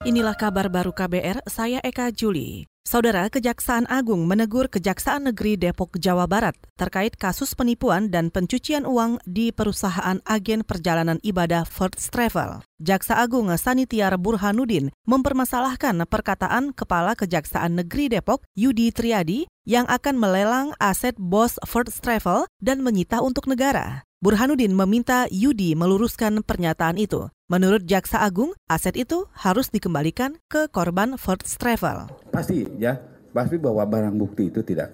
Inilah kabar baru KBR, saya Eka Juli. Saudara, Kejaksaan Agung menegur Kejaksaan Negeri Depok, Jawa Barat terkait kasus penipuan dan pencucian uang di perusahaan agen perjalanan ibadah First Travel. Jaksa Agung Sanitiar Burhanuddin mempermasalahkan perkataan Kepala Kejaksaan Negeri Depok, Yudi Triadi, yang akan melelang aset bos First Travel dan menyita untuk negara. Burhanuddin meminta Yudi meluruskan pernyataan itu. Menurut Jaksa Agung, aset itu harus dikembalikan ke korban First Travel. Pasti bahwa barang bukti itu tidak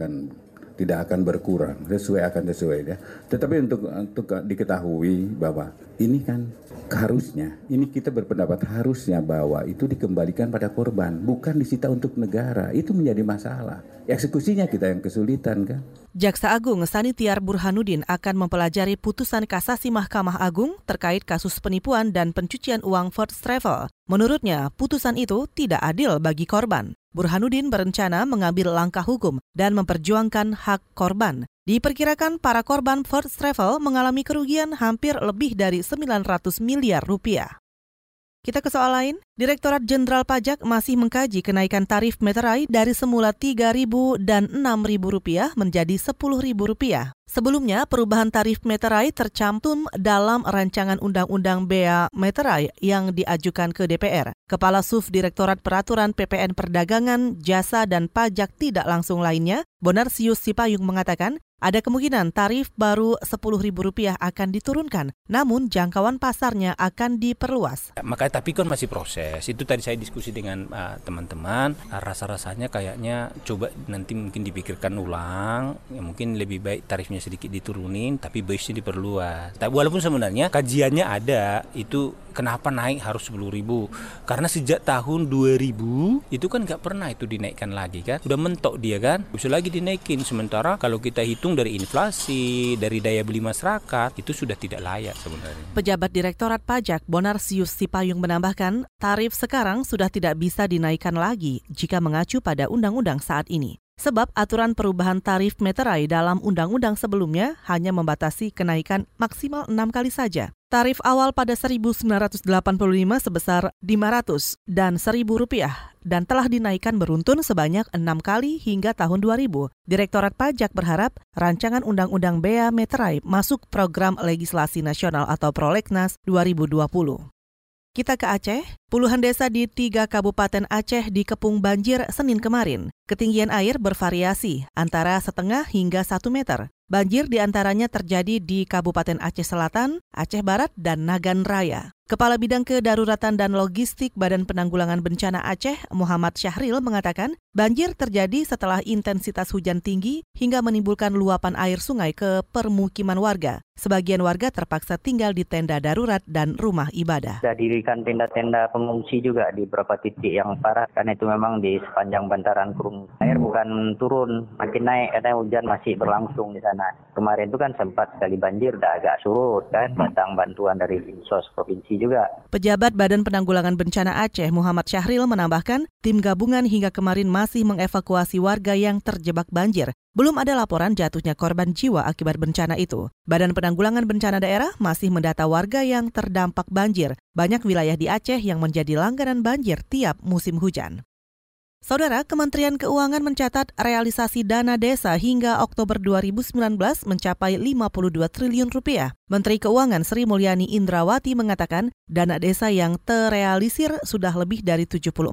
akan berkurang, sesuai ya. Tetapi untuk diketahui bahwa ini kan harusnya, ini kita berpendapat harusnya bahwa itu dikembalikan pada korban, bukan disita untuk negara. Itu menjadi masalah. Eksekusinya kita yang kesulitan kan. Jaksa Agung Sanitiar Burhanuddin akan mempelajari putusan kasasi Mahkamah Agung terkait kasus penipuan dan pencucian uang First Travel. Menurutnya, putusan itu tidak adil bagi korban. Burhanuddin berencana mengambil langkah hukum dan memperjuangkan hak korban. Diperkirakan para korban First Travel mengalami kerugian hampir lebih dari 900 miliar rupiah. Kita ke soal lain, Direktorat Jenderal Pajak masih mengkaji kenaikan tarif meterai dari semula Rp3.000 dan Rp6.000 menjadi Rp10.000. Sebelumnya, perubahan tarif meterai tercantum dalam rancangan Undang-Undang Bea Meterai yang diajukan ke DPR. Kepala Suf Direktorat Peraturan PPN Perdagangan, Jasa dan Pajak Tidak Langsung lainnya, Bonarsius Sipayung mengatakan, ada kemungkinan tarif baru Rp10.000 akan diturunkan, namun jangkauan pasarnya akan diperluas. Tapi kan masih proses. Itu tadi saya diskusi dengan teman-teman. Rasa-rasanya kayaknya coba nanti mungkin dipikirkan ulang. Ya, mungkin lebih baik tarifnya sedikit diturunin, tapi base-nya diperluas. Walaupun sebenarnya kajiannya ada, itu kenapa naik harus Rp10.000? Karena sejak tahun 2000 itu kan nggak pernah itu dinaikkan lagi kan. Udah mentok dia kan, bisa lagi dinaikin. Sementara kalau kita hitung dari inflasi, dari daya beli masyarakat, itu sudah tidak layak sebenarnya. Pejabat Direktorat Pajak Bonarsius Sipayung menambahkan, tarif sekarang sudah tidak bisa dinaikkan lagi jika mengacu pada undang-undang saat ini. Sebab aturan perubahan tarif meterai dalam undang-undang sebelumnya hanya membatasi kenaikan maksimal 6 kali saja. Tarif awal pada 1985 sebesar Rp500 dan Rp1.000 dan telah dinaikkan beruntun sebanyak 6 kali hingga tahun 2000. Direktorat Pajak berharap rancangan Undang-Undang Bea Meterai masuk program legislasi nasional atau Prolegnas 2020. Kita ke Aceh. Puluhan desa di 3 kabupaten Aceh dikepung banjir Senin kemarin. Ketinggian air bervariasi antara setengah hingga 1 meter. Banjir diantaranya terjadi di Kabupaten Aceh Selatan, Aceh Barat, dan Nagan Raya. Kepala Bidang Kedaruratan dan Logistik Badan Penanggulangan Bencana Aceh, Muhammad Syahril, mengatakan banjir terjadi setelah intensitas hujan tinggi hingga menimbulkan luapan air sungai ke permukiman warga. Sebagian warga terpaksa tinggal di tenda darurat dan rumah ibadah. Sudah dirikan tenda-tenda pengungsi juga di beberapa titik yang parah, karena itu memang di sepanjang bantaran kurung. Air bukan turun, makin naik karena hujan masih berlangsung di sana. Kemarin itu kan sempat sekali banjir, udah agak surut kan, datang bantuan dari Dinsos Provinsi juga. Pejabat Badan Penanggulangan Bencana Aceh, Muhammad Syahril, menambahkan tim gabungan hingga kemarin masih mengevakuasi warga yang terjebak banjir. Belum ada laporan jatuhnya korban jiwa akibat bencana itu. Badan Penanggulangan Bencana Daerah masih mendata warga yang terdampak banjir. Banyak wilayah di Aceh yang menjadi langganan banjir tiap musim hujan. Saudara, Kementerian Keuangan mencatat realisasi dana desa hingga Oktober 2019 mencapai Rp52 triliun. Menteri Keuangan Sri Mulyani Indrawati mengatakan dana desa yang terrealisir sudah lebih dari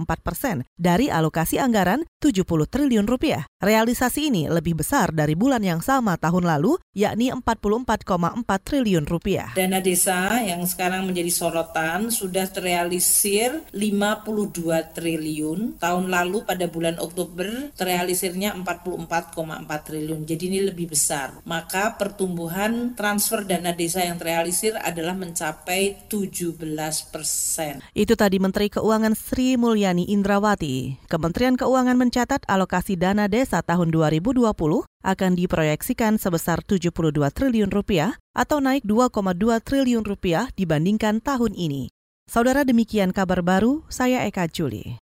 74% dari alokasi anggaran Rp70 triliun. Realisasi ini lebih besar dari bulan yang sama tahun lalu, yakni Rp44,4 triliun. Dana desa yang sekarang menjadi sorotan sudah terrealisir Rp52 triliun. Tahun lalu pada bulan Oktober terrealisirnya Rp44,4 triliun. Jadi ini lebih besar. Maka pertumbuhan transfer dana desa yang terrealisir adalah mencapai 17%. Itu tadi Menteri Keuangan Sri Mulyani Indrawati. Kementerian Keuangan mencatat alokasi dana desa tahun 2020 akan diproyeksikan sebesar Rp72 triliun atau naik Rp2,2 triliun dibandingkan tahun ini. Saudara, demikian kabar baru, saya Eka Juli.